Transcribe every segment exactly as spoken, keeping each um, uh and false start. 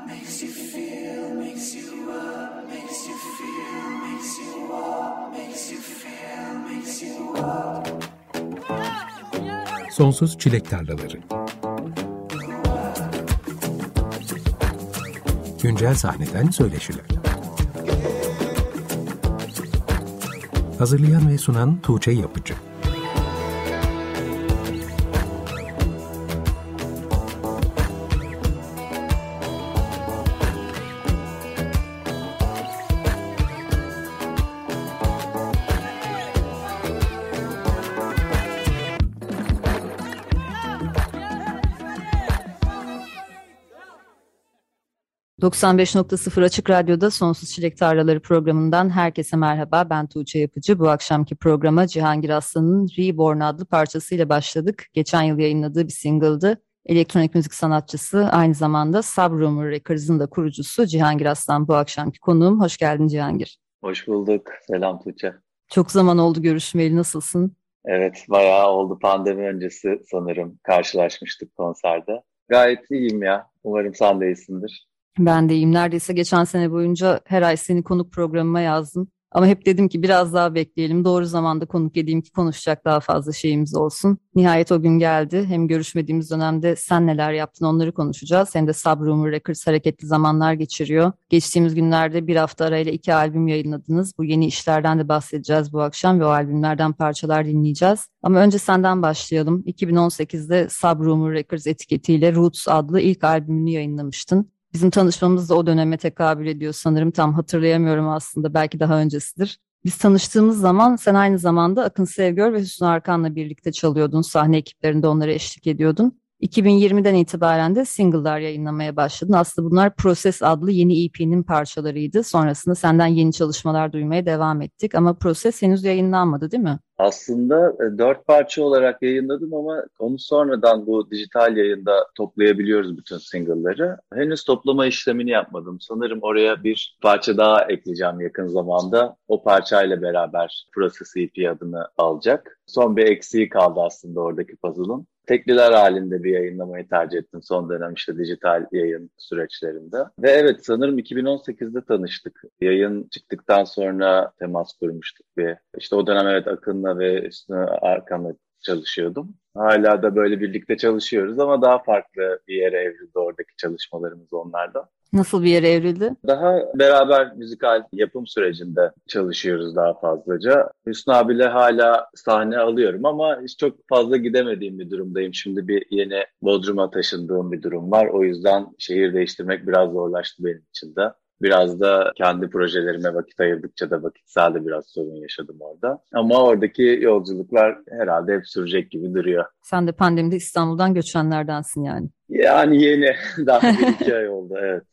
makes you feel, makes you up, makes you feel, makes you walk, makes you feel, makes you walk. Sonsuz Çilek Tarlaları. Güncel sahneden söyleşiler. Hazırlayan ve sunan Tuğçe Yapıcı. doksan beş nokta sıfır Açık Radyo'da Sonsuz Çilek Tarlaları programından herkese merhaba. Ben Tuğçe Yapıcı. Bu akşamki programa Cihangir Aslan'ın Reborn adlı parçasıyla başladık. Geçen yıl yayınladığı bir single'dı. Elektronik müzik sanatçısı, aynı zamanda Subrumor Records'ın da kurucusu Cihangir Aslan bu akşamki konuğum. Hoş geldin Cihangir. Hoş bulduk. Selam Tuğçe. Çok zaman oldu görüşmeyeli. Nasılsın? Evet, bayağı oldu. Pandemi öncesi sanırım karşılaşmıştık konserde. Gayet iyiyim ya. Umarım sen de iyisindir. Ben de iyiyim. Neredeyse geçen sene boyunca her ay seni konuk programıma yazdım. Ama hep dedim ki biraz daha bekleyelim. Doğru zamanda konuk edeyim ki konuşacak daha fazla şeyimiz olsun. Nihayet o gün geldi. Hem görüşmediğimiz dönemde sen neler yaptın onları konuşacağız. Hem de Subrumor Records hareketli zamanlar geçiriyor. Geçtiğimiz günlerde bir hafta arayla iki albüm yayınladınız. Bu yeni işlerden de bahsedeceğiz bu akşam ve o albümlerden parçalar dinleyeceğiz. Ama önce senden başlayalım. iki bin on sekizde Subrumor Records etiketiyle Roots adlı ilk albümünü yayınlamıştın. Bizim tanışmamız da o döneme tekabül ediyor sanırım. Tam hatırlayamıyorum aslında. Belki daha öncesidir. Biz tanıştığımız zaman sen aynı zamanda Akın Sevgör ve Hüsnü Arkan'la birlikte çalıyordun. Sahne ekiplerinde onlara eşlik ediyordun. iki bin yirmiden itibaren de single'lar yayınlamaya başladın. Aslında bunlar Proses adlı yeni E P'nin parçalarıydı. Sonrasında senden yeni çalışmalar duymaya devam ettik. Ama Proses henüz yayınlanmadı değil mi? Aslında dört parça olarak yayınladım ama onu sonradan bu dijital yayında toplayabiliyoruz bütün single'ları. Henüz toplama işlemini yapmadım. Sanırım oraya bir parça daha ekleyeceğim yakın zamanda. O parçayla beraber Proses E P adını alacak. Son bir eksiği kaldı aslında oradaki puzzle'ın. Tekliler halinde bir yayınlamayı tercih ettim son dönem işte dijital yayın süreçlerinde. Ve evet sanırım iki bin on sekizde tanıştık. Yayın çıktıktan sonra temas kurmuştuk bir. İşte o dönem evet Akın'la ve Hüsnü Arkan'la çalışıyordum. Hala da böyle birlikte çalışıyoruz ama daha farklı bir yere evrildi oradaki çalışmalarımız onlardan. Nasıl bir yere evrildi? Daha beraber müzikal yapım sürecinde çalışıyoruz daha fazlaca. Hüsnü abiyle hala sahne alıyorum ama hiç çok fazla gidemediğim bir durumdayım. Şimdi bir yeni Bodrum'a taşındığım bir durum var. O yüzden şehir değiştirmek biraz zorlaştı benim için de. Biraz da kendi projelerime vakit ayırdıkça da vakitsel de biraz sorun yaşadım orada. Ama oradaki yolculuklar herhalde hep sürecek gibi duruyor. Sen de pandemide İstanbul'dan göçenlerdensin yani. Yani yeni. Daha bir iki ay oldu evet.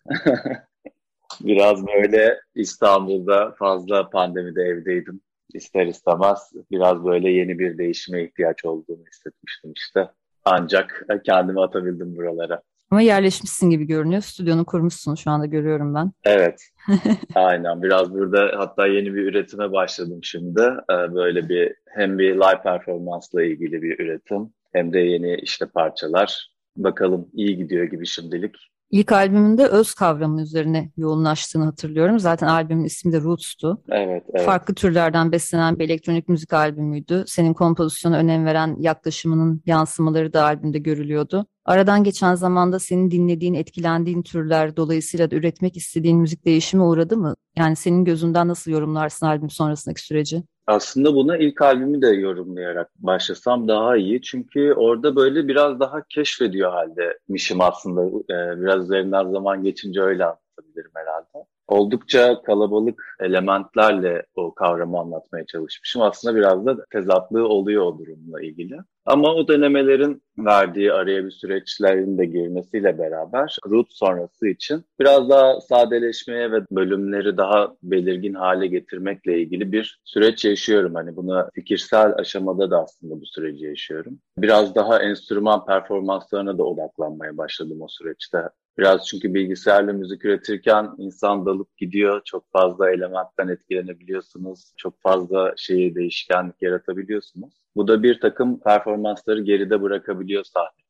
Biraz böyle İstanbul'da fazla pandemide evdeydim. İster istemez biraz böyle yeni bir değişime ihtiyaç olduğunu hissetmiştim işte. Ancak kendimi atabildim buralara. Ama yerleşmişsin gibi görünüyor. Stüdyonu kurmuşsun şu anda görüyorum ben. Evet. Aynen. Biraz burada hatta yeni bir üretime başladım şimdi. Böyle bir hem bir live performansla ilgili bir üretim hem de yeni işte parçalar. Bakalım iyi gidiyor gibi şimdilik. İlk albümünde öz kavramı üzerine yoğunlaştığını hatırlıyorum. Zaten albümün ismi de Roots'tu. Evet, evet. Farklı türlerden beslenen bir elektronik müzik albümüydü. Senin kompozisyona önem veren yaklaşımının yansımaları da albümde görülüyordu. Aradan geçen zamanda senin dinlediğin, etkilendiğin türler dolayısıyla da üretmek istediğin müzik değişime uğradı mı? Yani senin gözünden nasıl yorumlarsın albüm sonrasındaki süreci? Aslında buna ilk albümü de yorumlayarak başlasam daha iyi. Çünkü orada böyle biraz daha keşfediyor haldeymişim aslında. Ee, biraz üzerinden zaman geçince öyle anlatabilirim herhalde. Oldukça kalabalık elementlerle o kavramı anlatmaya çalışmışım. Aslında biraz da tezatlığı oluyor o durumla ilgili. Ama o denemelerin verdiği araya bir süreçlerin de girmesiyle beraber root sonrası için biraz daha sadeleşmeye ve bölümleri daha belirgin hale getirmekle ilgili bir süreç yaşıyorum. Hani buna fikirsel aşamada da aslında bu süreci yaşıyorum. Biraz daha enstrüman performanslarına da odaklanmaya başladım o süreçte. Biraz çünkü bilgisayarla müzik üretirken insan dalıp gidiyor. Çok fazla elementten etkilenebiliyorsunuz. Çok fazla şeyi değişkenlik yaratabiliyorsunuz. Bu da bir takım performansları geride bırakabiliyor sahne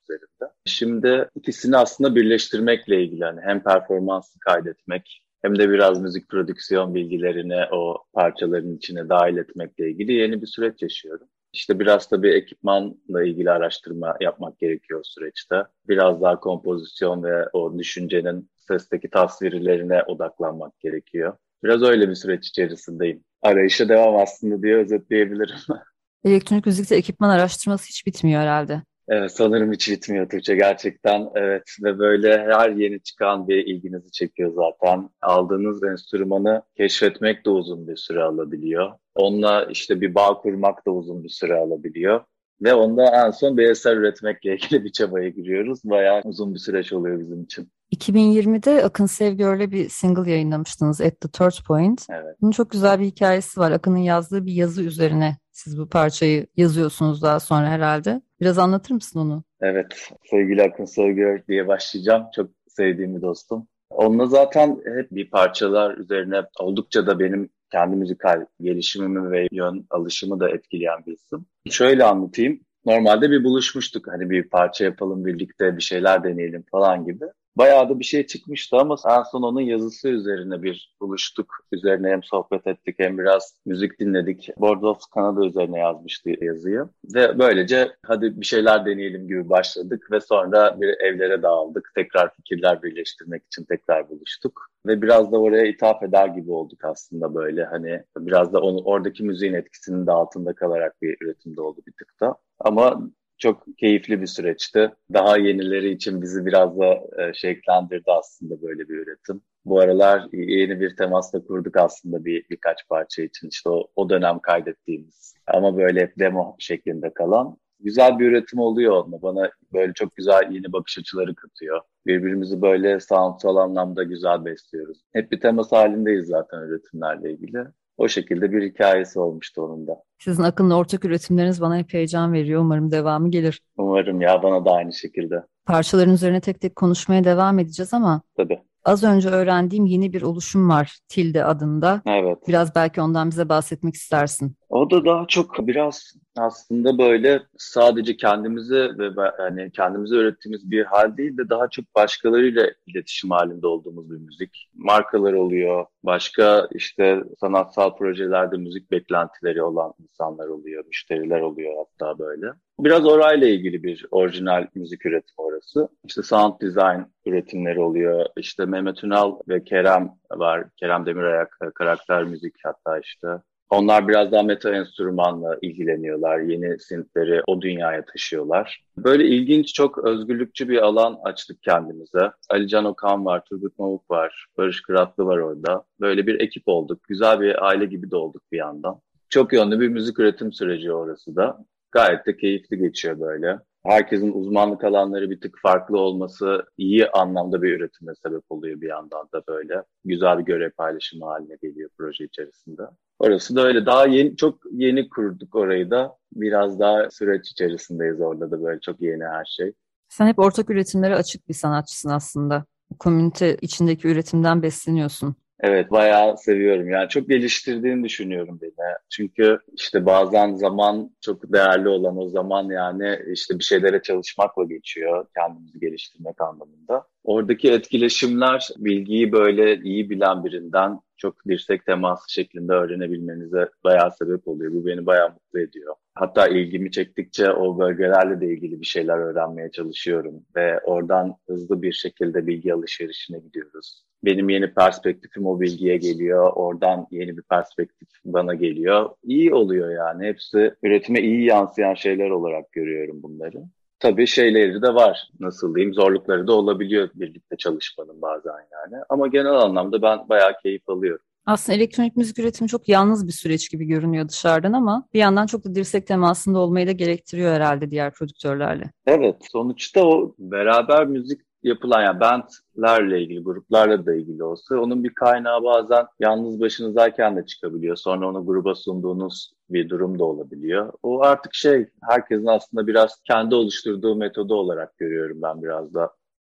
üzerinde. Şimdi ikisini aslında birleştirmekle ilgili, hani hem performansı kaydetmek hem de biraz müzik prodüksiyon bilgilerini o parçaların içine dahil etmekle ilgili yeni bir süreç yaşıyorum. İşte biraz tabii ekipmanla ilgili araştırma yapmak gerekiyor o süreçte. Biraz daha kompozisyon ve o düşüncenin sesteki tasvirlerine odaklanmak gerekiyor. Biraz öyle bir süreç içerisindeyim. Arayışa devam aslında diye özetleyebilirim. Elektronik müzikte ekipman araştırması hiç bitmiyor herhalde. Evet, sanırım hiç bitmiyor Tuğçe gerçekten. Evet, ve böyle her yeni çıkan bir ilginizi çekiyor zaten. Aldığınız enstrümanı keşfetmek de uzun bir süre alabiliyor. Onunla işte bir bağ kurmak da uzun bir süre alabiliyor. Ve onda en son bir eser üretmekle ilgili bir çabaya giriyoruz. Bayağı uzun bir süreç oluyor bizim için. iki bin yirmide Akın Sevgör'le bir single yayınlamıştınız, At the Third Point. Evet. Bunun çok güzel bir hikayesi var. Akın'ın yazdığı bir yazı üzerine siz bu parçayı yazıyorsunuz daha sonra herhalde. Biraz anlatır mısın onu? Evet, sevgili Akın Soygör diye başlayacağım. Çok sevdiğim bir dostum. Onunla zaten hep bir parçalar üzerine oldukça da benim kendi müzikal gelişimimi ve yön alışımı da etkileyen bir isim. Şöyle anlatayım. Normalde bir buluşmuştuk. Hani bir parça yapalım birlikte, bir şeyler deneyelim falan gibi. Bayağı da bir şey çıkmıştı ama en son onun yazısı üzerine bir buluştuk. Üzerine hem sohbet ettik hem biraz müzik dinledik. Board of Canada üzerine yazmıştı yazıyı. Ve böylece hadi bir şeyler deneyelim gibi başladık ve sonra bir evlere dağıldık. Tekrar fikirler birleştirmek için tekrar buluştuk. Ve biraz da oraya ithaf eder gibi olduk aslında böyle. Hani biraz da onu, oradaki müziğin etkisinin de altında kalarak bir üretimde oldu bir tık da. Ama çok keyifli bir süreçti. Daha yenileri için bizi biraz da e, şevklendirdi aslında böyle bir üretim. Bu aralar yeni bir temasla kurduk aslında bir birkaç parça için. İşte o, o dönem kaydettiğimiz ama böyle hep demo şeklinde kalan güzel bir üretim oluyor onunla. Bana böyle çok güzel yeni bakış açıları katıyor. Birbirimizi böyle soundsal anlamda güzel besliyoruz. Hep bir temas halindeyiz zaten üretimlerle ilgili. O şekilde bir hikayesi olmuştu onun da. Sizin Akın'la ortak üretimleriniz bana hep heyecan veriyor. Umarım devamı gelir. Umarım ya, bana da aynı şekilde. Parçaların üzerine tek tek konuşmaya devam edeceğiz ama Tabii. az önce öğrendiğim yeni bir oluşum var, Tilde adında. Evet. Biraz belki ondan bize bahsetmek istersin. O da daha çok biraz aslında böyle sadece kendimize ve yani kendimize ürettiğimiz bir hal değil de daha çok başkalarıyla iletişim halinde olduğumuz bir müzik. Markalar oluyor, başka işte sanatsal projelerde müzik beklentileri olan insanlar oluyor, müşteriler oluyor hatta böyle. Biraz orayla ilgili bir orijinal müzik üretimi orası. İşte sound design üretimleri oluyor. İşte Mehmet Ünal ve Kerem var. Kerem Demirayak karakter müzik hatta işte. Onlar biraz daha meta enstrümanla ilgileniyorlar. Yeni synthleri o dünyaya taşıyorlar. Böyle ilginç, çok özgürlükçü bir alan açtık kendimize. Ali Can Okan var, Turgut Mavuk var, Barış Kıratlı var orada. Böyle bir ekip olduk. Güzel bir aile gibi de olduk bir yandan. Çok yönlü bir müzik üretim süreci orası da. Gayet de keyifli geçiyor böyle. Herkesin uzmanlık alanları bir tık farklı olması iyi anlamda bir üretime sebep oluyor bir yandan da böyle. Güzel bir görev paylaşımı haline geliyor proje içerisinde. Orası da öyle. Daha yeni, çok yeni kurduk orayı da. Biraz daha süreç içerisindeyiz orada da böyle çok yeni her şey. Sen hep ortak üretimlere açık bir sanatçısın aslında. Komünite içindeki üretimden besleniyorsun. Evet, bayağı seviyorum. Yani çok geliştirdiğini düşünüyorum beni. Çünkü işte bazen zaman çok değerli olan o zaman yani işte bir şeylere çalışmakla geçiyor. Kendimizi geliştirmek anlamında. Oradaki etkileşimler bilgiyi böyle iyi bilen birinden çok dirsek teması şeklinde öğrenebilmenize bayağı sebep oluyor. Bu beni bayağı mutlu ediyor. Hatta ilgimi çektikçe o bölgelerle de ilgili bir şeyler öğrenmeye çalışıyorum. Ve oradan hızlı bir şekilde bilgi alışverişine gidiyoruz. Benim yeni perspektifim o bilgiye geliyor. Oradan yeni bir perspektif bana geliyor. İyi oluyor yani. Hepsi üretime iyi yansıyan şeyler olarak görüyorum bunları. Tabii şeyleri de var. Nasıl diyeyim? Zorlukları da olabiliyor birlikte çalışmanın bazen yani. Ama genel anlamda ben bayağı keyif alıyorum. Aslında elektronik müzik üretimi çok yalnız bir süreç gibi görünüyor dışarıdan ama bir yandan çok da dirsek temasında olmayı da gerektiriyor herhalde diğer prodüktörlerle. Evet, sonuçta o beraber müzik yapılan yani bandlerle ilgili, gruplarla da ilgili olsa onun bir kaynağı bazen yalnız başınızdayken de çıkabiliyor. Sonra onu gruba sunduğunuz bir durum da olabiliyor. O artık şey, herkesin aslında biraz kendi oluşturduğu metodu olarak görüyorum ben biraz da.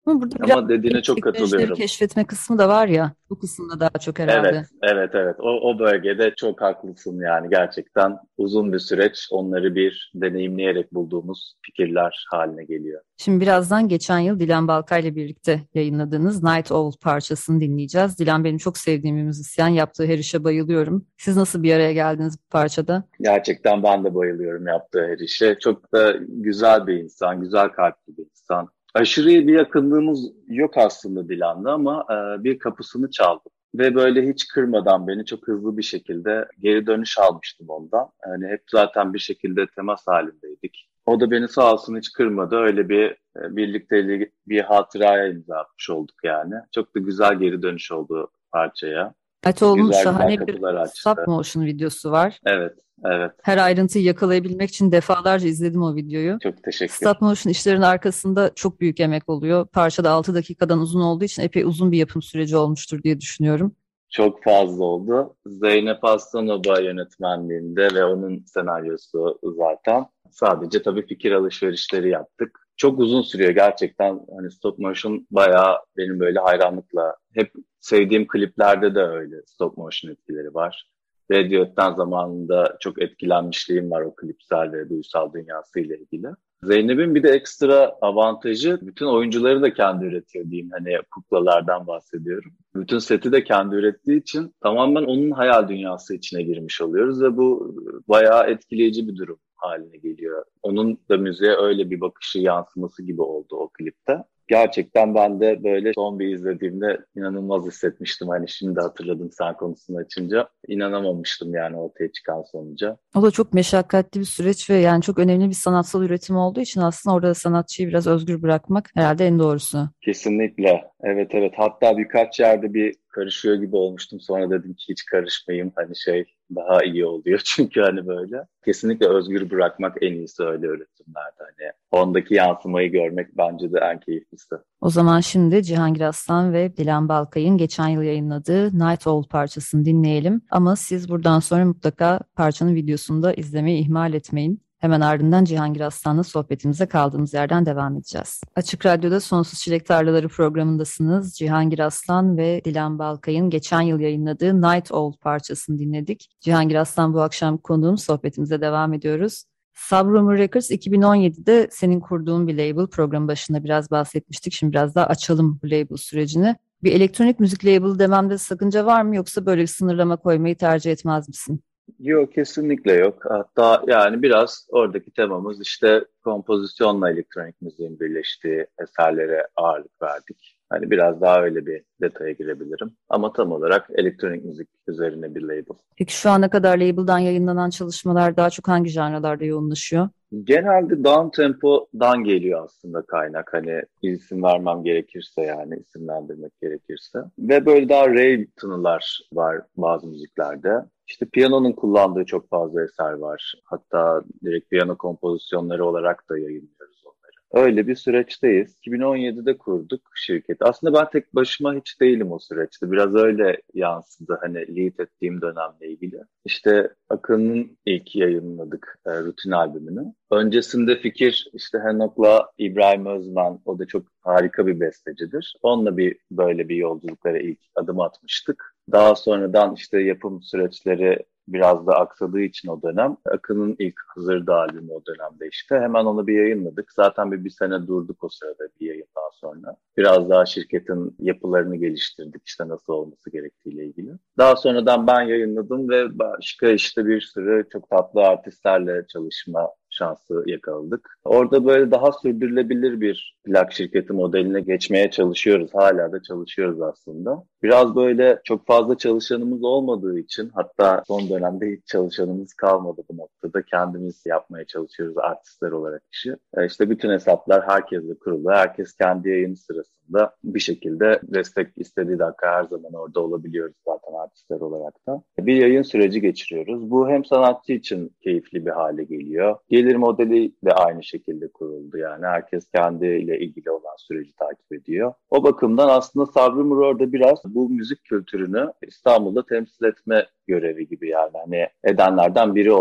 Ama burada biraz Ama dediğine çok teknolojileri katılıyorum. keşfetme kısmı da var ya, bu kısımda daha çok Evet, herhalde. evet, evet. O, o bölgede çok haklısın yani gerçekten uzun bir süreç onları bir deneyimleyerek bulduğumuz fikirler haline geliyor. Şimdi birazdan geçen yıl Dilan Balkay ile birlikte yayınladığınız Night Owl parçasını dinleyeceğiz. Dilan benim çok sevdiğim bir müzisyen. Yaptığı her işe bayılıyorum. Siz nasıl bir araya geldiniz bu parçada? Gerçekten ben de bayılıyorum yaptığı her işe. Çok da güzel bir insan, güzel kalpli bir insan. Aşırı bir yakınlığımız yok aslında Dilan'la ama e, bir kapısını çaldım. Ve böyle hiç kırmadan beni çok hızlı bir şekilde geri dönüş almıştım ondan. Yani hep zaten bir şekilde temas halindeydik. O da beni sağ olsun hiç kırmadı. Öyle bir e, birlikteliği, bir hatıraya imza atmış olduk yani. Çok da güzel geri dönüş oldu parçaya. Night Owl'un Güzel güzel şahane bir kapılar stop açtı. motion videosu var. Evet, evet. Her ayrıntıyı yakalayabilmek için defalarca izledim o videoyu. Çok teşekkür. Stop motion işlerin arkasında çok büyük emek oluyor. Parçada altı dakikadan uzun olduğu için epey uzun bir yapım süreci olmuştur diye düşünüyorum. Çok fazla oldu. Zeynep Aslanoba yönetmenliğinde ve onun senaryosu zaten. Sadece tabii fikir alışverişleri yaptık. Çok uzun sürüyor gerçekten. Hani stop motion bayağı benim böyle hayranlıkla. Hep sevdiğim kliplerde de öyle stop motion etkileri var. Radiohead'den zamanında çok etkilenmişliğim var o klipsel ve duysal dünyası ile ilgili. Zeynep'in bir de ekstra avantajı bütün oyuncuları da kendi üretiyor diyeyim. Hani kuklalardan bahsediyorum. Bütün seti de kendi ürettiği için tamamen onun hayal dünyası içine girmiş oluyoruz ve bu bayağı etkileyici bir durum haline geliyor. Onun da müziğe öyle bir bakışı yansıması gibi oldu o klipte. Gerçekten ben de böyle son bir izlediğimde inanılmaz hissetmiştim. Hani şimdi hatırladım sen konusunu açınca. İnanamamıştım yani ortaya çıkan sonuca. O da çok meşakkatli bir süreç ve yani çok önemli bir sanatsal üretim olduğu için aslında orada sanatçıyı biraz özgür bırakmak herhalde en doğrusu. Kesinlikle. Evet, evet. Hatta birkaç yerde bir karışıyor gibi olmuştum. Sonra dedim ki hiç karışmayayım. Hani şey daha iyi oluyor. Çünkü hani böyle. Kesinlikle özgür bırakmak en iyisi öyle üretimlerde. Hani ondaki yansımayı görmek bence de en keyiflisi. O zaman şimdi Cihangir Aslan ve Dilan Balkay'ın geçen yıl yayınladığı Night Owl parçasını dinleyelim. Ama siz buradan sonra mutlaka parçanın videosunu da izlemeyi ihmal etmeyin. Hemen ardından Cihangir Aslan'la sohbetimize kaldığımız yerden devam edeceğiz. Açık Radyo'da Sonsuz Çilek Tarlaları programındasınız. Cihangir Aslan ve Dilan Balkay'ın geçen yıl yayınladığı Night Owl parçasını dinledik. Cihangir Aslan bu akşam konuğum, sohbetimize devam ediyoruz. Subrummer Records iki bin on yedide senin kurduğun bir label. Program başında biraz bahsetmiştik. Şimdi biraz daha açalım bu label sürecini. Bir elektronik müzik label dememde sakınca var mı, yoksa böyle bir sınırlama koymayı tercih etmez misin? Yok, kesinlikle yok. Hatta yani biraz oradaki temamız işte kompozisyonla elektronik müziğin birleştiği eserlere ağırlık verdik. Hani biraz daha öyle bir detaya girebilirim. Ama tam olarak elektronik müzik üzerine bir label. Peki şu ana kadar label'dan yayınlanan çalışmalar daha çok hangi janralarda yoğunlaşıyor? Genelde down tempo'dan geliyor aslında kaynak. Hani isim vermem gerekirse yani isimlendirmek gerekirse. Ve böyle daha rave tınılar var bazı müziklerde. İşte piyanonun kullandığı çok fazla eser var. Hatta direkt piyano kompozisyonları olarak da yayınlıyoruz onları. Öyle bir süreçteyiz. iki bin on yedide kurduk şirketi. Aslında ben tek başıma hiç değilim o süreçte. Biraz öyle yansıdı hani lead ettiğim dönemle ilgili. İşte Akın'ın ilk yayınladık e, Rutin albümünü. Öncesinde fikir işte Henok'la İbrahim Özmen, o da çok harika bir bestecidir. Onunla bir böyle bir yolculuklara ilk adım atmıştık. Daha sonradan işte yapım süreçleri biraz da aksadığı için o dönem Akın'ın ilk Hızır'da albümü o dönemde işte hemen onu bir yayınladık. Zaten bir, bir sene durduk o sırada bir yayından sonra. Biraz daha şirketin yapılarını geliştirdik işte nasıl olması gerektiğiyle ilgili. Daha sonradan ben yayınladım ve başka işte bir sürü çok tatlı artistlerle çalışma şansı yakaladık. Orada böyle daha sürdürülebilir bir plak şirketi modeline geçmeye çalışıyoruz. Hala da çalışıyoruz aslında. Biraz böyle çok fazla çalışanımız olmadığı için, hatta son dönemde hiç çalışanımız kalmadı bu noktada. Kendimiz yapmaya çalışıyoruz artistler olarak işi. E işte bütün hesaplar herkesle kurulu. Herkes kendi yayını sırasında bir şekilde destek istediği dakika her zaman orada olabiliyoruz zaten artistler olarak da. Bir yayın süreci geçiriyoruz. Bu hem sanatçı için keyifli bir hale geliyor. Gelir modeli de aynı şekilde kuruldu yani. Herkes kendiyle ilgili olan süreci takip ediyor. O bakımdan aslında Subrummer orada biraz bu müzik kültürünü İstanbul'da temsil etme görevi gibi yani. Hani edenlerden biri olarak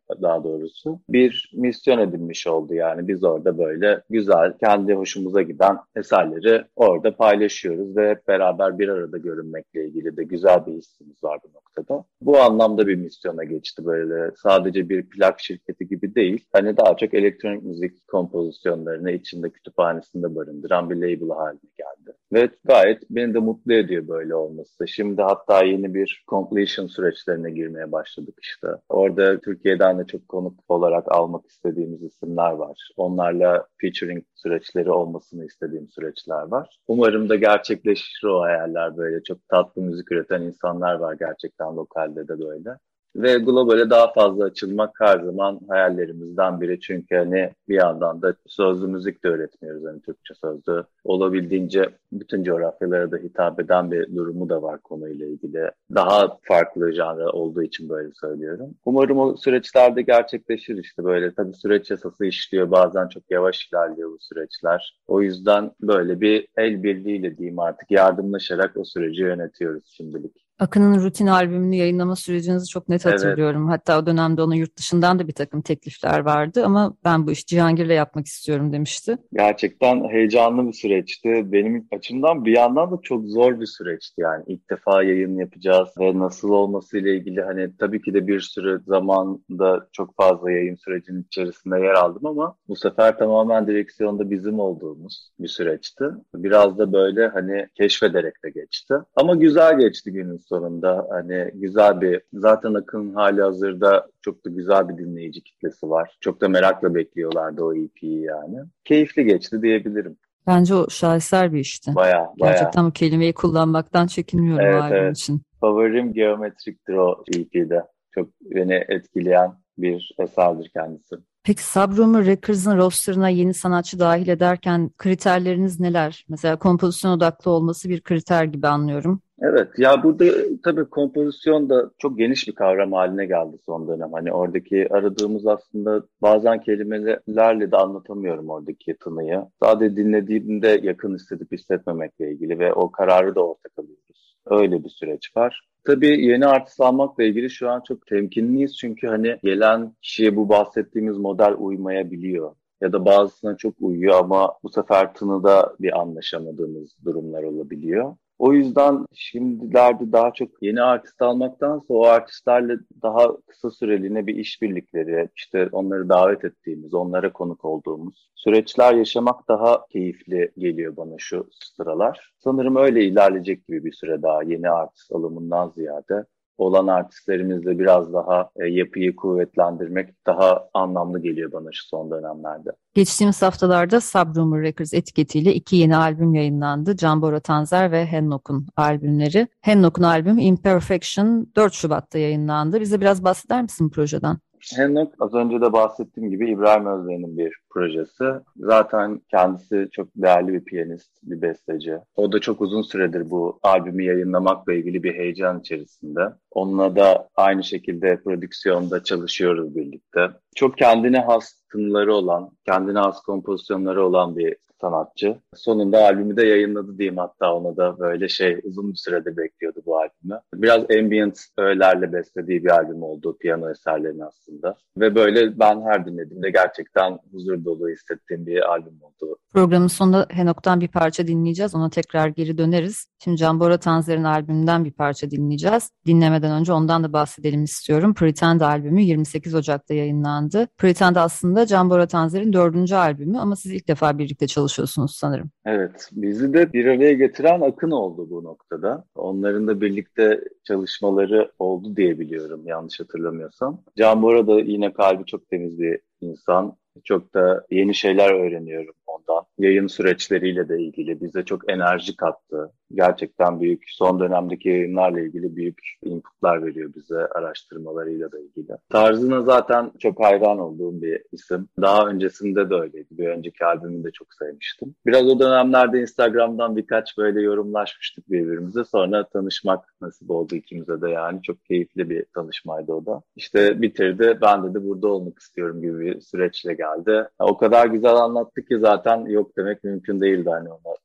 daha doğrusu. Bir misyon edinmiş oldu yani. Biz orada böyle güzel, kendi hoşumuza giden eserleri orada paylaşıyoruz ve hep beraber bir arada görünmekle ilgili de güzel bir hissimiz var bu noktada. Bu anlamda bir misyona geçti böyle. Sadece bir plak şirketi gibi değil. Hani daha çok elektronik müzik kompozisyonlarını içinde kütüphanesinde barındıran bir label haline geldi. Ve gayet beni de mutlu ediyor böyle olması. Şimdi hatta yeni bir completion süreçlerine girmeye başladık işte. Orada Türkiye'den de çok konuk olarak almak istediğimiz isimler var. Onlarla featuring süreçleri olmasını istediğim süreçler var. Umarım da gerçekleşir o hayaller böyle. Çok tatlı müzik üreten insanlar var gerçekten lokalde de böyle. Ve globale daha fazla açılmak her zaman hayallerimizden biri. Çünkü hani bir yandan da sözlü müzik de öğretmiyoruz. Hani Türkçe sözlü. Olabildiğince bütün coğrafyalara da hitap eden bir durumu da var konuyla ilgili. Daha farklı janra olduğu için böyle söylüyorum. Umarım o süreçlerde gerçekleşir işte böyle. Tabii süreç yasası işliyor. Bazen çok yavaş ilerliyor bu süreçler. O yüzden böyle bir el birliğiyle diyeyim artık yardımlaşarak o süreci yönetiyoruz şimdilik. Akın'ın Rutin albümünü yayınlama sürecinizi çok net Evet. hatırlıyorum. Hatta o dönemde ona yurt dışından da bir takım teklifler vardı ama ben bu işi Cihangir'le yapmak istiyorum demişti. Gerçekten heyecanlı bir süreçti. Benim açımdan bir yandan da çok zor bir süreçti yani. İlk defa yayın yapacağız ve nasıl olmasıyla ilgili hani tabii ki de bir sürü zamanda çok fazla yayın sürecinin içerisinde yer aldım ama bu sefer tamamen direksiyonda bizim olduğumuz bir süreçti. Biraz da böyle hani keşfederek de geçti. Ama güzel geçti günün sonunda. Hani güzel bir zaten Akın'ın hali hazırda çok da güzel bir dinleyici kitlesi var. Çok da merakla bekliyorlardı o E P'yi yani. Keyifli geçti diyebilirim. Bence o şaheser bir işti. Baya baya. Gerçekten bu kelimeyi kullanmaktan çekinmiyorum o Evet albüm evet. için. Favorim Geometrik'tir o E P'de. Çok beni etkileyen bir eserdir kendisi. Peki Subroom'u Records'ın rosterına yeni sanatçı dahil ederken kriterleriniz neler? Mesela kompozisyon odaklı olması bir kriter gibi anlıyorum. Evet ya burada tabii kompozisyon da çok geniş bir kavram haline geldi son dönem. Hani oradaki aradığımız aslında bazen kelimelerle de anlatamıyorum oradaki tınıyı. Sadece dinlediğimde yakın hissedip hissetmemekle ilgili ve o kararı da ortak alıyoruz. Öyle bir süreç var. Tabii yeni artist almakla ilgili şu an çok temkinliyiz çünkü hani gelen kişiye bu bahsettiğimiz model uymayabiliyor. Ya da bazısına çok uyuyor ama bu sefer tınıda bir anlaşamadığımız durumlar olabiliyor. O yüzden şimdilerde daha çok yeni artist almaktansa o artistlerle daha kısa süreliğine bir işbirlikleri, işte onları davet ettiğimiz, onlara konuk olduğumuz süreçler yaşamak daha keyifli geliyor bana şu sıralar. Sanırım öyle ilerleyecek gibi bir süre daha yeni artist alımından ziyade. Olan artistlerimizle biraz daha e, yapıyı kuvvetlendirmek daha anlamlı geliyor bana şu son dönemlerde. Geçtiğimiz haftalarda Subroom'u Records etiketiyle iki yeni albüm yayınlandı. Can Bora Tanzer ve Hennok'un albümleri. Hennok'un albümü Imperfection dört Şubat'ta yayınlandı. Bize biraz bahseder misin bu projeden? Hennok az önce de bahsettiğim gibi İbrahim Özbey'in bir projesi. Zaten kendisi çok değerli bir piyanist, bir besteci. O da çok uzun süredir bu albümü yayınlamakla ilgili bir heyecan içerisinde. Onunla da aynı şekilde prodüksiyonda çalışıyoruz birlikte. Çok kendine has tınıları olan, kendine has kompozisyonları olan bir sanatçı. Sonunda albümü de yayınladı diyeyim, hatta ona da böyle şey uzun bir süredir bekliyordu bu albümü. Biraz ambient öğelerle beslediği bir albüm oldu, piyano eserlerini aslında. Ve böyle ben her dinlediğimde gerçekten huzur dolu hissettiğim bir albüm oldu. Programın sonunda Hennok'tan bir parça dinleyeceğiz. Ona tekrar geri döneriz. Şimdi Can Bora Tanzer'in albümünden bir parça dinleyeceğiz. Dinlemeden önce ondan da bahsedelim istiyorum. Pretend albümü yirmi sekiz Ocak'ta yayınlandı. Pretend aslında Can Bora Tanzer'in dördüncü albümü ama siz ilk defa birlikte çalışıyorsunuz sanırım. Evet, bizi de bir araya getiren Akın oldu bu noktada. Onların da birlikte çalışmaları oldu diye biliyorum, yanlış hatırlamıyorsam. Can Bora da yine kalbi çok temiz bir insan. Çok da yeni şeyler öğreniyorum ondan. Yayın süreçleriyle de ilgili bize çok enerji kattı. Gerçekten büyük, son dönemdeki yayınlarla ilgili büyük inputlar veriyor bize, araştırmalarıyla da ilgili. Tarzına zaten çok hayran olduğum bir isim. Daha öncesinde de öyleydi. Bir önceki albümünü de çok sevmiştim. Biraz o dönemlerde Instagram'dan birkaç böyle yorumlaşmıştık birbirimize. Sonra tanışmak nasip oldu ikimize de yani. Çok keyifli bir tanışmaydı o da. İşte bitirdi. Ben de, de burada olmak istiyorum gibi bir süreçle geldi. O kadar güzel anlattı ki zaten yok demek mümkün değildi hani ona.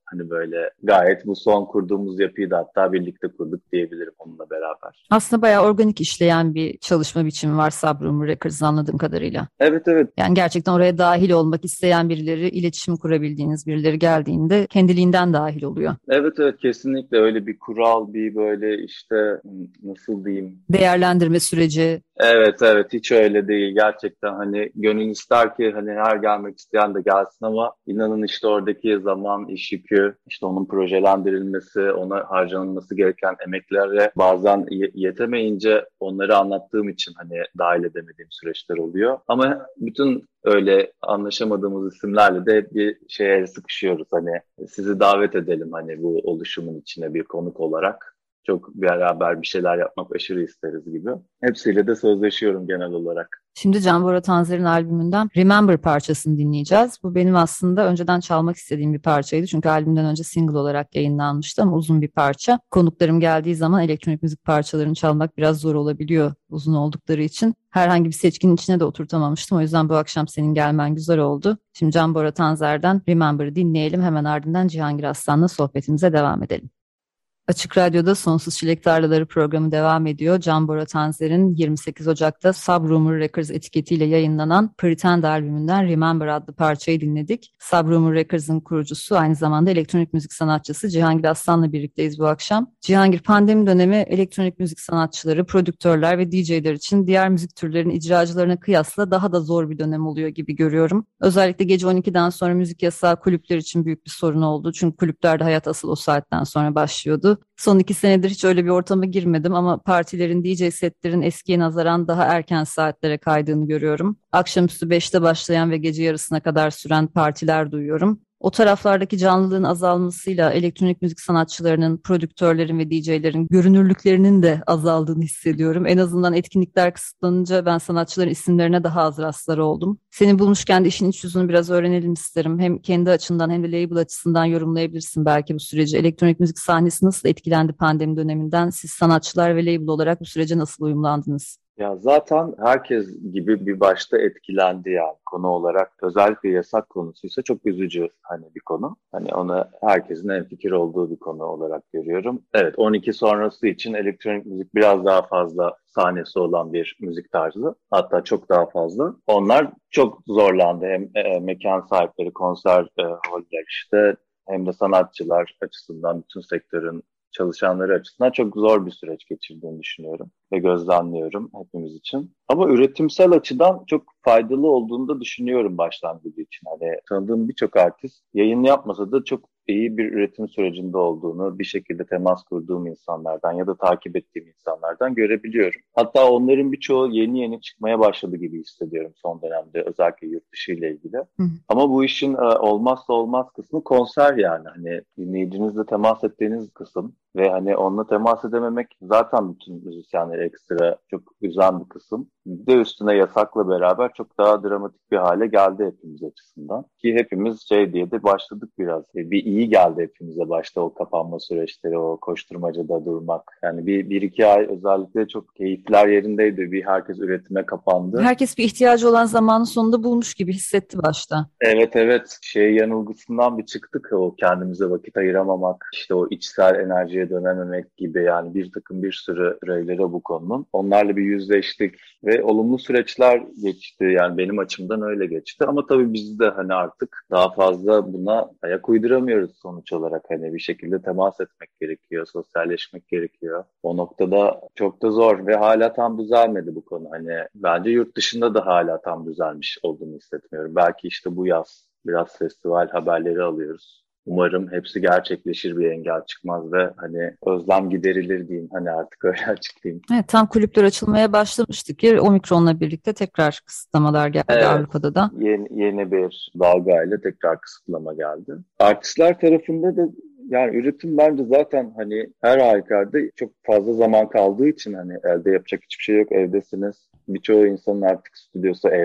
Hani böyle gayet bu son kurduğumuz yapıyı da hatta birlikte kurduk diyebilirim onunla beraber. Aslında bayağı organik işleyen bir çalışma biçimi var Subroom Records anladığım kadarıyla. Evet, evet. Yani gerçekten oraya dahil olmak isteyen birileri, iletişim kurabildiğiniz birileri geldiğinde kendiliğinden dahil oluyor. Evet, evet, kesinlikle öyle bir kural, bir böyle işte nasıl diyeyim? Değerlendirme süreci. Evet, evet, hiç öyle değil gerçekten. Hani gönül ister ki hani her gelmek isteyen de gelsin ama inanın işte oradaki zaman, iş yükü, işte onun projelendirilmesi, ona harcanılması gereken emeklere bazen y- yetemeyince onları anlattığım için hani dahil edemediğim süreçler oluyor. Ama bütün öyle anlaşamadığımız isimlerle de hep bir şeye sıkışıyoruz. Hani sizi davet edelim hani bu oluşumun içine bir konuk olarak. Çok beraber bir şeyler yapmak aşırı isteriz gibi. Hepsiyle de sözleşiyorum genel olarak. Şimdi Can Bora Tanzer'in albümünden Remember parçasını dinleyeceğiz. Bu benim aslında önceden çalmak istediğim bir parçaydı. Çünkü albümden önce single olarak yayınlanmıştı ama uzun bir parça. Konuklarım geldiği zaman elektronik müzik parçalarını çalmak biraz zor olabiliyor uzun oldukları için. Herhangi bir seçkinin içine de oturtamamıştım. O yüzden bu akşam senin gelmen güzel oldu. Şimdi Can Bora Tanzer'den Remember'ı dinleyelim. Hemen ardından Cihangir Aslan'la sohbetimize devam edelim. Açık Radyo'da Sonsuz Çilek Tarlaları programı devam ediyor. Can Bora Tanzer'in yirmi sekiz Ocak'ta Subroom Records etiketiyle yayınlanan Pretend albümünden Remember adlı parçayı dinledik. Subroom Records'ın kurucusu, aynı zamanda elektronik müzik sanatçısı Cihangir Aslan'la birlikteyiz bu akşam. Cihangir, pandemi dönemi elektronik müzik sanatçıları, prodüktörler ve D J'ler için diğer müzik türlerinin icracılarına kıyasla daha da zor bir dönem oluyor gibi görüyorum. Özellikle gece on ikiden sonra müzik yasağı kulüpler için büyük bir sorun oldu. Çünkü kulüplerde hayat asıl o saatten sonra başlıyordu. Son iki senedir hiç öyle bir ortama girmedim ama partilerin, D J setlerin eskiye nazaran daha erken saatlere kaydığını görüyorum. Akşamüstü beşte başlayan ve gece yarısına kadar süren partiler duyuyorum. O taraflardaki canlılığın azalmasıyla elektronik müzik sanatçılarının, prodüktörlerin ve D J'lerin görünürlüklerinin de azaldığını hissediyorum. En azından etkinlikler kısıtlanınca ben sanatçıların isimlerine daha az rastlar oldum. Seni bulmuşken de işin iç yüzünü biraz öğrenelim isterim. Hem kendi açından hem de label açısından yorumlayabilirsin belki bu süreci. Elektronik müzik sahnesi nasıl etkilendi pandemi döneminden? Siz sanatçılar ve label olarak bu sürece nasıl uyumlandınız? Ya zaten herkes gibi bir başta etkilendi yani konu olarak. Özellikle yasak konusuysa çok üzücü hani bir konu. Hani ona herkesin hemfikir olduğu bir konu olarak görüyorum. Evet, on iki sonrası için elektronik müzik biraz daha fazla sahnesi olan bir müzik tarzı. Hatta çok daha fazla. Onlar çok zorlandı. Hem e, mekan sahipleri, konser e, holler işte hem de sanatçılar açısından bütün sektörün çalışanları açısından çok zor bir süreç geçirdiğini düşünüyorum ve gözlemliyorum hepimiz için. Ama üretimsel açıdan çok faydalı olduğunu da düşünüyorum başlangıcı için. Hani tanıdığım birçok artist yayın yapmasa da çok iyi bir üretim sürecinde olduğunu bir şekilde temas kurduğum insanlardan ya da takip ettiğim insanlardan görebiliyorum. Hatta onların birçoğu yeni yeni çıkmaya başladı gibi hissediyorum son dönemde, özellikle yurt dışı ile ilgili. Hı. Ama bu işin e, olmazsa olmaz kısmı konser yani. Hani dinleyicinizle temas ettiğiniz kısım ve hani onunla temas edememek zaten bütün müzisyenleri ekstra çok üzen bir kısım. Bir de üstüne yasakla beraber çok daha dramatik bir hale geldi hepimiz açısından. Ki hepimiz şey diye de başladık biraz. Bir iyi geldi hepimize başta o kapanma süreçleri, o koşturmacada durmak. Yani bir, bir iki ay özellikle çok keyifler yerindeydi. Bir herkes üretime kapandı. Herkes bir ihtiyacı olan zamanın sonunda bulmuş gibi hissetti başta. Evet, evet, şey yanılgısından bir çıktık, o kendimize vakit ayıramamak, işte o içsel enerjiye dönememek gibi yani bir takım bir sürü reyleri bu konunun. Onlarla bir yüzleştik ve olumlu süreçler geçti yani benim açımdan öyle geçti ama tabii biz de hani artık daha fazla buna ayak uyduramıyoruz sonuç olarak, hani bir şekilde temas etmek gerekiyor, sosyalleşmek gerekiyor. O noktada çok da zor ve hala tam düzelmedi bu konu. Hani bence yurt dışında da hala tam düzelmiş olduğunu hissetmiyorum. Belki işte bu yaz biraz festival haberleri alıyoruz. Umarım hepsi gerçekleşir, bir engel çıkmaz ve hani özlem giderilir diyeyim. Hani artık öyle açıklayayım. Evet, tam kulüpler açılmaya başlamıştı ki Omikron'la birlikte tekrar kısıtlamalar geldi, evet, Avrupa'da da. Yeni, yeni bir dalgayla tekrar kısıtlama geldi. Artistler tarafında da yani üretim bence zaten hani her halükarda çok fazla zaman kaldığı için hani elde yapacak hiçbir şey yok, evdesiniz. Birçoğu insanın artık stüdyosu evde.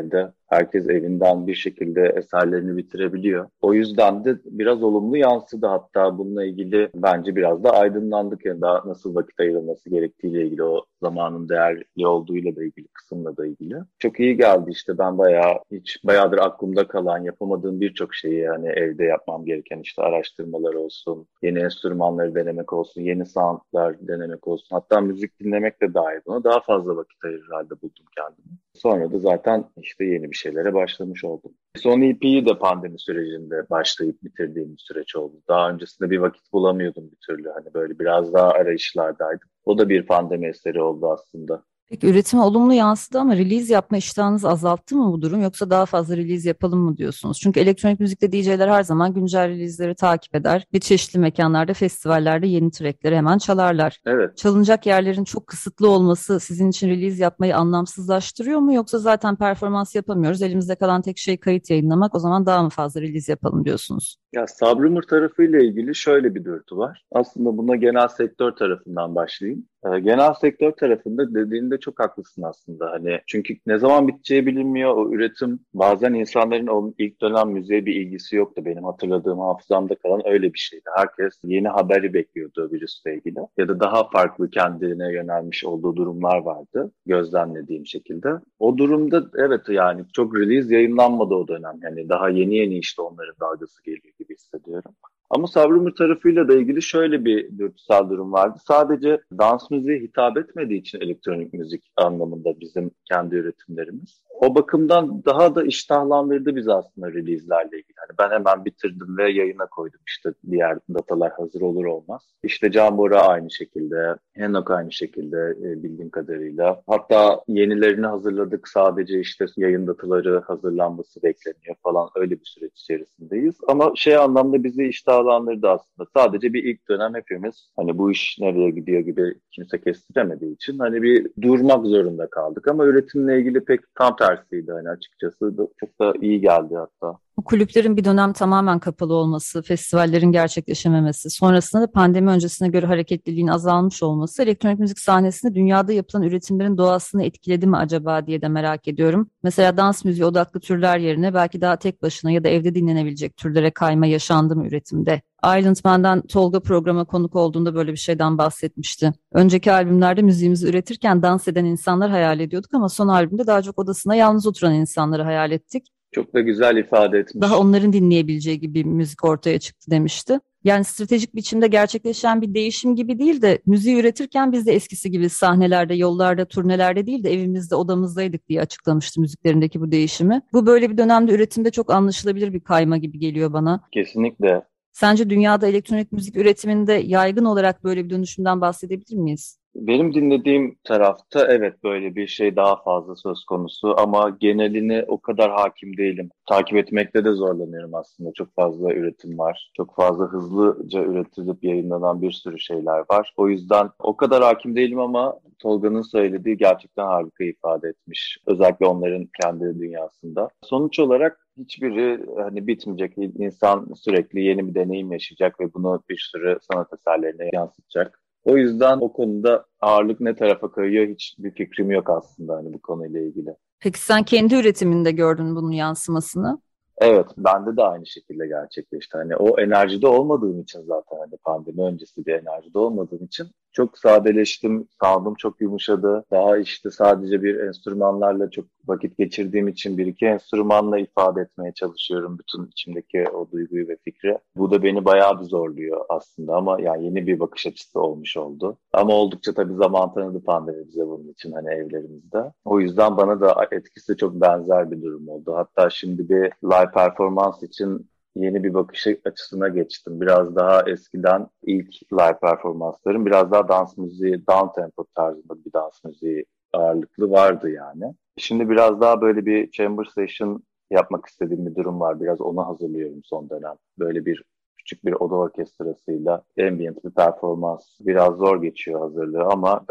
Herkes evinden bir şekilde eserlerini bitirebiliyor. O yüzden de biraz olumlu yansıdı. Hatta bununla ilgili bence biraz da aydınlandık. Yani daha nasıl vakit ayrılması gerektiğiyle ilgili, o zamanın değerli olduğuyla da ilgili, kısımla da ilgili. Çok iyi geldi işte. Ben bayağı hiç bayağıdır aklımda kalan, yapamadığım birçok şeyi, yani evde yapmam gereken işte araştırmalar olsun, yeni enstrümanları denemek olsun, yeni soundlar denemek olsun. Hatta müzik dinlemek de dahil buna. Daha fazla vakit ayırır halde buldum kendimi. Sonra da zaten işte yeni bir şeylere başlamış oldum. Son E P'yi de pandemi sürecinde başlayıp bitirdiğim bir süreç oldu. Daha öncesinde bir vakit bulamıyordum bir türlü. Hani böyle biraz daha arayışlardaydım. O da bir pandemi eseri oldu aslında. Peki üretime olumlu yansıdı ama release yapma iştahınızı azalttı mı bu durum, yoksa daha fazla release yapalım mı diyorsunuz? Çünkü elektronik müzikte D J'ler her zaman güncel release'leri takip eder. Bir çeşitli mekanlarda, festivallerde yeni trackleri hemen çalarlar. Evet. Çalınacak yerlerin çok kısıtlı olması sizin için release yapmayı anlamsızlaştırıyor mu, yoksa zaten performans yapamıyoruz, elimizde kalan tek şey kayıt yayınlamak, o zaman daha mı fazla release yapalım diyorsunuz? Ya Sabrımır tarafıyla ilgili şöyle bir dürtü var. Aslında buna genel sektör tarafından başlayayım. Ee, genel sektör tarafında dediğinde çok haklısın aslında. Hani çünkü ne zaman biteceği bilinmiyor. O üretim, bazen insanların o ilk dönem müziğe bir ilgisi yoktu. Benim hatırladığım, hafızamda kalan öyle bir şeydi. Herkes yeni haberi bekliyordu virüsle ilgili. Ya da daha farklı kendine yönelmiş olduğu durumlar vardı, gözlemlediğim şekilde. O durumda evet, yani çok release yayınlanmadı o dönem. Yani daha yeni yeni işte onların dalgası geliyor gibi hissediyorum. Ama Sabrımır tarafıyla da ilgili şöyle bir dürtüsel durum vardı. Sadece dans müziğe hitap etmediği için elektronik müzik anlamında bizim kendi üretimlerimiz, o bakımdan daha da iştahlandırdı bizi aslında release'lerle ilgili. Yani ben hemen bitirdim ve yayına koydum, işte diğer datalar hazır olur olmaz. İşte Can Bora aynı şekilde, Henok aynı şekilde bildiğim kadarıyla. Hatta yenilerini hazırladık, sadece işte yayın dataları hazırlanması bekleniyor falan, öyle bir süreç içerisindeyiz. Ama şey anlamda bizi iştahlandırdı aslında. Sadece bir ilk dönem hepimiz hani bu iş nereye gidiyor gibi kimse kestiremediği için hani bir durmak zorunda kaldık. Ama üretimle ilgili pek tam tersiydi hani, açıkçası. Çok da iyi geldi hatta. Bu kulüplerin bir dönem tamamen kapalı olması, festivallerin gerçekleşememesi, sonrasında da pandemi öncesine göre hareketliliğin azalmış olması elektronik müzik sahnesinde dünyada yapılan üretimlerin doğasını etkiledi mi acaba diye de merak ediyorum. Mesela dans müziği odaklı türler yerine belki daha tek başına ya da evde dinlenebilecek türlere kayma yaşandı mı üretimde? Island Man'den Tolga programa konuk olduğunda böyle bir şeyden bahsetmişti. Önceki albümlerde müziğimizi üretirken dans eden insanlar hayal ediyorduk ama son albümde daha çok odasına yalnız oturan insanları hayal ettik. Çok da güzel ifade etmiş. Daha onların dinleyebileceği gibi bir müzik ortaya çıktı demişti. Yani stratejik biçimde gerçekleşen bir değişim gibi değil de müziği üretirken biz de eskisi gibi sahnelerde, yollarda, turnelerde değil de evimizde, odamızdaydık diye açıklamıştı müziklerindeki bu değişimi. Bu böyle bir dönemde üretimde çok anlaşılabilir bir kayma gibi geliyor bana. Kesinlikle. Sence dünyada elektronik müzik üretiminde yaygın olarak böyle bir dönüşümden bahsedebilir miyiz? Benim dinlediğim tarafta evet, böyle bir şey daha fazla söz konusu ama geneline o kadar hakim değilim. Takip etmekte de zorlanıyorum aslında. Çok fazla üretim var. Çok fazla hızlıca üretilip yayınlanan bir sürü şeyler var. O yüzden o kadar hakim değilim ama Tolga'nın söylediği gerçekten harika ifade etmiş. Özellikle onların kendi dünyasında. Sonuç olarak hiçbiri hani bitmeyecek. İnsan sürekli yeni bir deneyim yaşayacak ve bunu bir sürü sanat eserlerine yansıtacak. O yüzden o konuda ağırlık ne tarafa kayıyor hiçbir fikrim yok aslında hani bu konuyla ilgili. Peki sen kendi üretiminde gördün bunun yansımasını? Evet, bende de aynı şekilde gerçekleşti. Hani o enerjide olmadığım için, zaten hani pandemi öncesi bir enerjide olmadığım için çok sadeleştim, sound'um çok yumuşadı. Daha işte sadece bir enstrümanlarla çok vakit geçirdiğim için bir iki enstrümanla ifade etmeye çalışıyorum bütün içimdeki o duyguyu ve fikri. Bu da beni bayağı bir zorluyor aslında ama yani yeni bir bakış açısı olmuş oldu. Ama oldukça tabii zaman tanıdı pandemi bize bunun için hani evlerimizde. O yüzden bana da etkisi çok benzer bir durum oldu. Hatta şimdi bir live performans için yeni bir bakış açısına geçtim. Biraz daha eskiden ilk live performanslarım biraz daha dans müziği, down tempo tarzında bir dans müziği ağırlıklı vardı yani. Şimdi biraz daha böyle bir chamber session yapmak istediğim bir durum var. Biraz onu hazırlıyorum son dönem. Böyle bir küçük bir oda orkestrasıyla ambient bir performans. Biraz zor geçiyor hazırlığı ama gayet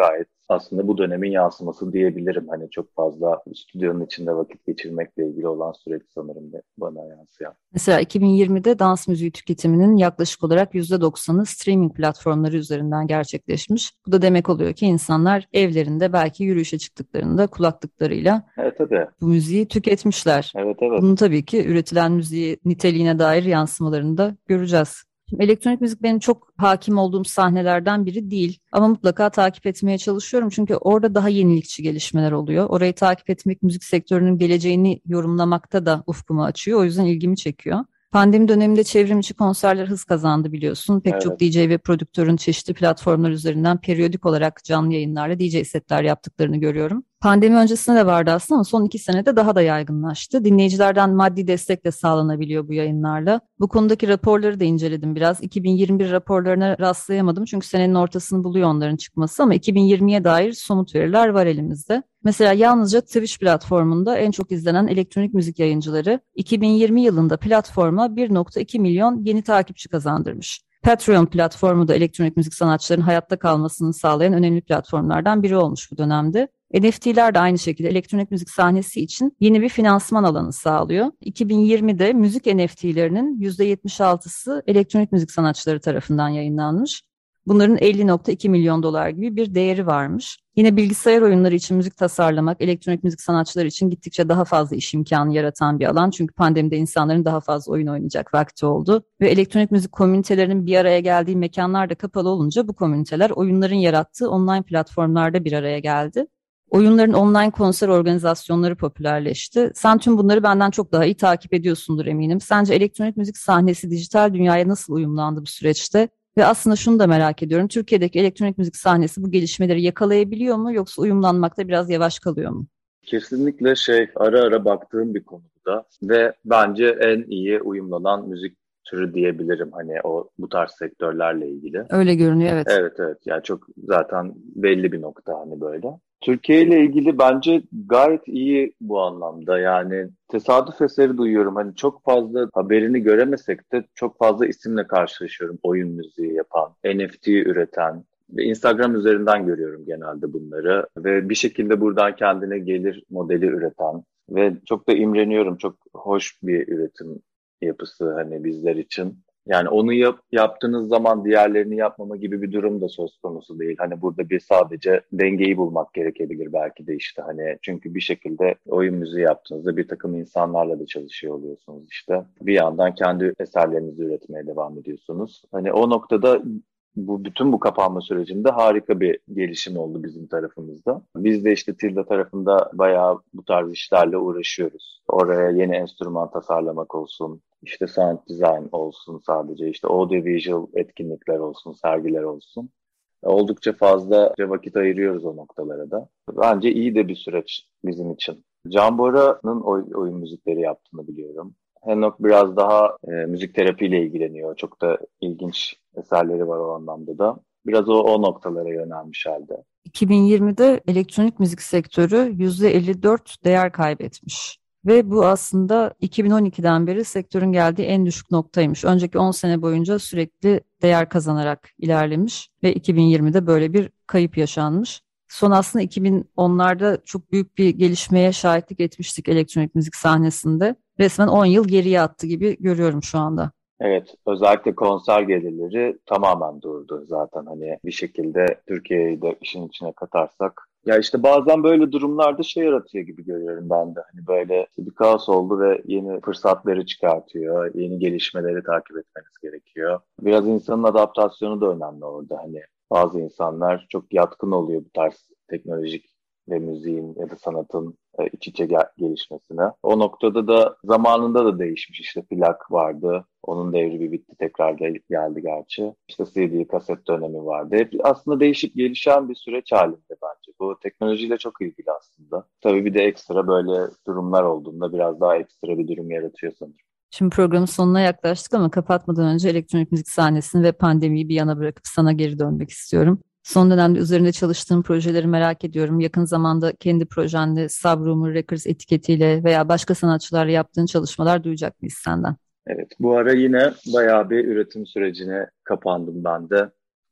aslında bu dönemin yansıması diyebilirim. Hani çok fazla stüdyonun içinde vakit geçirmekle ilgili olan süreç sanırım da bana yansıyan. Mesela iki bin yirmide dans müziği tüketiminin yaklaşık olarak yüzde doksanı streaming platformları üzerinden gerçekleşmiş. Bu da demek oluyor ki insanlar evlerinde belki yürüyüşe çıktıklarında kulaklıklarıyla Evet tabii. bu müziği tüketmişler. Evet evet. Bunun tabii ki üretilen müziği niteliğine dair yansımalarını da göreceğiz. Şimdi elektronik müzik benim çok hakim olduğum sahnelerden biri değil ama mutlaka takip etmeye çalışıyorum çünkü orada daha yenilikçi gelişmeler oluyor. Orayı takip etmek müzik sektörünün geleceğini yorumlamakta da ufkumu açıyor. O yüzden ilgimi çekiyor. Pandemi döneminde çevrim içi konserler hız kazandı biliyorsun. Pek Evet. çok D J ve prodüktörün çeşitli platformlar üzerinden periyodik olarak canlı yayınlarla D J setler yaptıklarını görüyorum. Pandemi öncesinde de vardı aslında ama son iki senede daha da yaygınlaştı. Dinleyicilerden maddi destek de sağlanabiliyor bu yayınlarla. Bu konudaki raporları da inceledim biraz. iki bin yirmi bir raporlarına rastlayamadım çünkü senenin ortasını buluyor onların çıkması ama iki bin yirmiye dair somut veriler var elimizde. Mesela yalnızca Twitch platformunda en çok izlenen elektronik müzik yayıncıları iki bin yirmi yılında platforma bir nokta iki milyon yeni takipçi kazandırmış. Patreon platformu da elektronik müzik sanatçılarının hayatta kalmasını sağlayan önemli platformlardan biri olmuş bu dönemde. N F T'ler de aynı şekilde elektronik müzik sahnesi için yeni bir finansman alanı sağlıyor. iki bin yirmide müzik N F T'lerinin yüzde yetmiş altısı elektronik müzik sanatçıları tarafından yayınlanmış. Bunların elli nokta iki milyon dolar gibi bir değeri varmış. Yine bilgisayar oyunları için müzik tasarlamak, elektronik müzik sanatçıları için gittikçe daha fazla iş imkanı yaratan bir alan. Çünkü pandemide insanların daha fazla oyun oynayacak vakti oldu. Ve elektronik müzik komünitelerinin bir araya geldiği mekanlar da kapalı olunca bu komüniteler oyunların yarattığı online platformlarda bir araya geldi. Oyunların online konser organizasyonları popülerleşti. Sen tüm bunları benden çok daha iyi takip ediyorsundur eminim. Sence elektronik müzik sahnesi dijital dünyaya nasıl uyumlandı bu süreçte? Ve aslında şunu da merak ediyorum. Türkiye'deki elektronik müzik sahnesi bu gelişmeleri yakalayabiliyor mu yoksa uyumlanmakta biraz yavaş kalıyor mu? Kesinlikle şey ara ara baktığım bir konuda ve bence en iyi uyumlanan müzik türü diyebilirim hani o bu tarz sektörlerle ilgili. Öyle görünüyor evet. Evet evet yani çok zaten belli bir nokta hani böyle. Türkiye ile ilgili bence gayet iyi bu anlamda yani tesadüf eseri duyuyorum hani çok fazla haberini göremesek de çok fazla isimle karşılaşıyorum oyun müziği yapan, N F T üreten. Instagram üzerinden görüyorum genelde bunları ve bir şekilde buradan kendine gelir modeli üreten ve çok da imreniyorum çok hoş bir üretim yapısı hani bizler için. Yani onu yap, yaptığınız zaman diğerlerini yapmama gibi bir durum da söz konusu değil. Hani burada bir sadece dengeyi bulmak gerekebilir belki de işte hani çünkü bir şekilde oyun müziği yaptığınızda bir takım insanlarla da çalışıyor oluyorsunuz işte. Bir yandan kendi eserlerinizi üretmeye devam ediyorsunuz. Hani o noktada bu bütün bu kapanma sürecinde harika bir gelişim oldu bizim tarafımızda. Biz de işte Tilda tarafında bayağı bu tarz işlerle uğraşıyoruz. Oraya yeni enstrüman tasarlamak olsun, işte sound design olsun sadece, işte audiovisual etkinlikler olsun, sergiler olsun. Oldukça fazla vakit ayırıyoruz o noktalara da. Bence iyi de bir süreç bizim için. Can Bora'nın oy, oyun müzikleri yaptığını biliyorum. Henok biraz daha e, müzik terapiyle ilgileniyor. Çok da ilginç eserleri var o anlamda da. Biraz o, o noktalara yönelmiş halde. iki bin yirmide elektronik müzik sektörü yüzde elli dört değer kaybetmiş. Ve bu aslında iki bin on ikiden beri sektörün geldiği en düşük noktaymış. Önceki on sene boyunca sürekli değer kazanarak ilerlemiş ve iki bin yirmide böyle bir kayıp yaşanmış. Son aslında iki bin onlarda çok büyük bir gelişmeye şahitlik etmiştik elektronik müzik sahnesinde. Resmen on yıl geriye attı gibi görüyorum şu anda. Evet, özellikle konser gelirleri tamamen durdu zaten. Hani bir şekilde Türkiye'yi de işin içine katarsak. Ya işte bazen böyle durumlarda şey yaratıyor gibi görüyorum ben de. Hani böyle bir kaos oldu ve yeni fırsatları çıkartıyor. Yeni gelişmeleri takip etmeniz gerekiyor. Biraz insanın adaptasyonu da önemli orada. Hani bazı insanlar çok yatkın oluyor bu tarz teknolojik ve müziğin ya da sanatın e, iç içe gel- gelişmesine. O noktada da zamanında da değişmiş. İşte plak vardı. Onun devri bir bitti. Tekrar gel- geldi gerçi. İşte C D, kaset dönemi vardı. Hep aslında değişik gelişen bir süreç halinde bence. Bu teknolojiyle çok ilgili aslında. Tabii bir de ekstra böyle durumlar olduğunda biraz daha ekstra bir durum yaratıyor sanırım. Şimdi programın sonuna yaklaştık ama kapatmadan önce elektronik müzik sahnesini ve pandemiyi bir yana bırakıp sana geri dönmek istiyorum. Son dönemde üzerinde çalıştığım projeleri merak ediyorum. Yakın zamanda kendi projenle Subrumor Records etiketiyle veya başka sanatçılarla yaptığın çalışmalar duyacak mıyız senden? Evet, bu ara yine bayağı bir üretim sürecine kapandım ben de.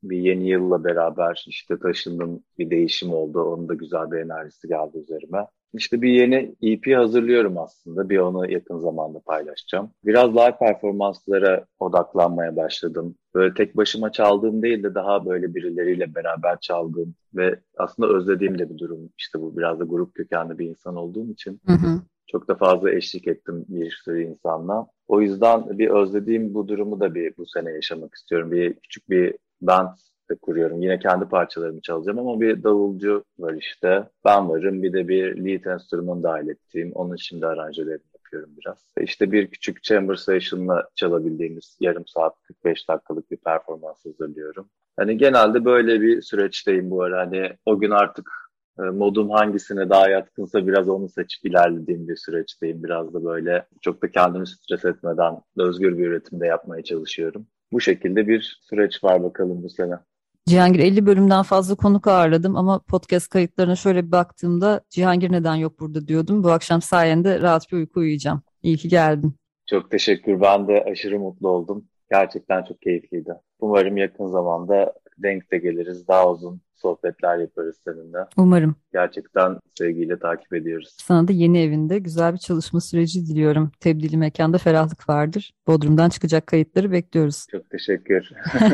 bir yeni yılla beraber işte taşındım, bir değişim oldu. Onun da güzel bir enerjisi geldi üzerime. İşte bir yeni E P hazırlıyorum aslında. Bir onu yakın zamanda paylaşacağım. Biraz live performanslara odaklanmaya başladım. Böyle tek başıma çaldığım değil de daha böyle birileriyle beraber çaldığım ve aslında özlediğim de bir durum. İşte bu biraz da grup kökenli bir insan olduğum için. Hı hı. Çok da fazla eşlik ettim bir sürü insanla. O yüzden bir özlediğim bu durumu da bir bu sene yaşamak istiyorum. Bir küçük bir band de kuruyorum. Yine kendi parçalarımı çalacağım ama bir davulcu var işte. Ben varım. Bir de bir lead enstrüman dahil ettiğim. Onun şimdi aranjelerini yapıyorum biraz. İşte bir küçük chamber session'la çalabildiğimiz yarım saat kırk beş dakikalık bir performans hazırlıyorum. Hani genelde böyle bir süreçteyim bu ara. Hani o gün artık modum hangisine daha yatkınsa biraz onu seçip ilerlediğim bir süreçteyim. Biraz da böyle çok da kendimi stres etmeden özgür bir üretimde yapmaya çalışıyorum. Bu şekilde bir süreç var bakalım bu sene. Cihangir, elli bölümden fazla konuk ağırladım ama podcast kayıtlarına şöyle bir baktığımda Cihangir neden yok burada diyordum. Bu akşam sayende rahat bir uyku uyuyacağım. İyi ki geldin. Çok teşekkür. Ben de aşırı mutlu oldum. Gerçekten çok keyifliydi. Umarım yakın zamanda denk de geliriz. Daha uzun sohbetler yaparız seninle. Umarım. Gerçekten sevgiyle takip ediyoruz. Sana da yeni evinde güzel bir çalışma süreci diliyorum. Tebdili mekanda ferahlık vardır. Bodrum'dan çıkacak kayıtları bekliyoruz. Çok teşekkür.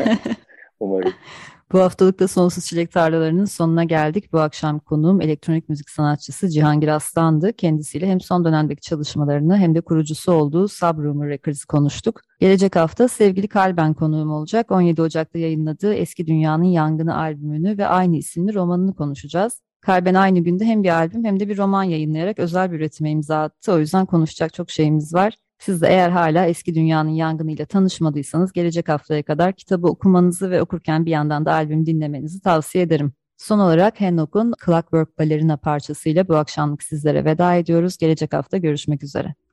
Umarım. Bu haftalık da Sonsuz Çilek Tarlaları'nın sonuna geldik. Bu akşam konuğum elektronik müzik sanatçısı Cihangir Aslan'dı. Kendisiyle hem son dönemdeki çalışmalarını hem de kurucusu olduğu Subrumor Records'ı konuştuk. Gelecek hafta sevgili Kalben konuğum olacak. on yedi Ocak'ta yayınladığı Eski Dünyanın Yangını albümünü ve aynı isimli romanını konuşacağız. Kalben aynı günde hem bir albüm hem de bir roman yayınlayarak özel bir üretime imza attı. O yüzden konuşacak çok şeyimiz var. Siz de eğer hala Eski Dünyanın Yangını'yla tanışmadıysanız gelecek haftaya kadar kitabı okumanızı ve okurken bir yandan da albüm dinlemenizi tavsiye ederim. Son olarak Hancock'un Clockwork Ballerina parçasıyla bu akşamlık sizlere veda ediyoruz. Gelecek hafta görüşmek üzere.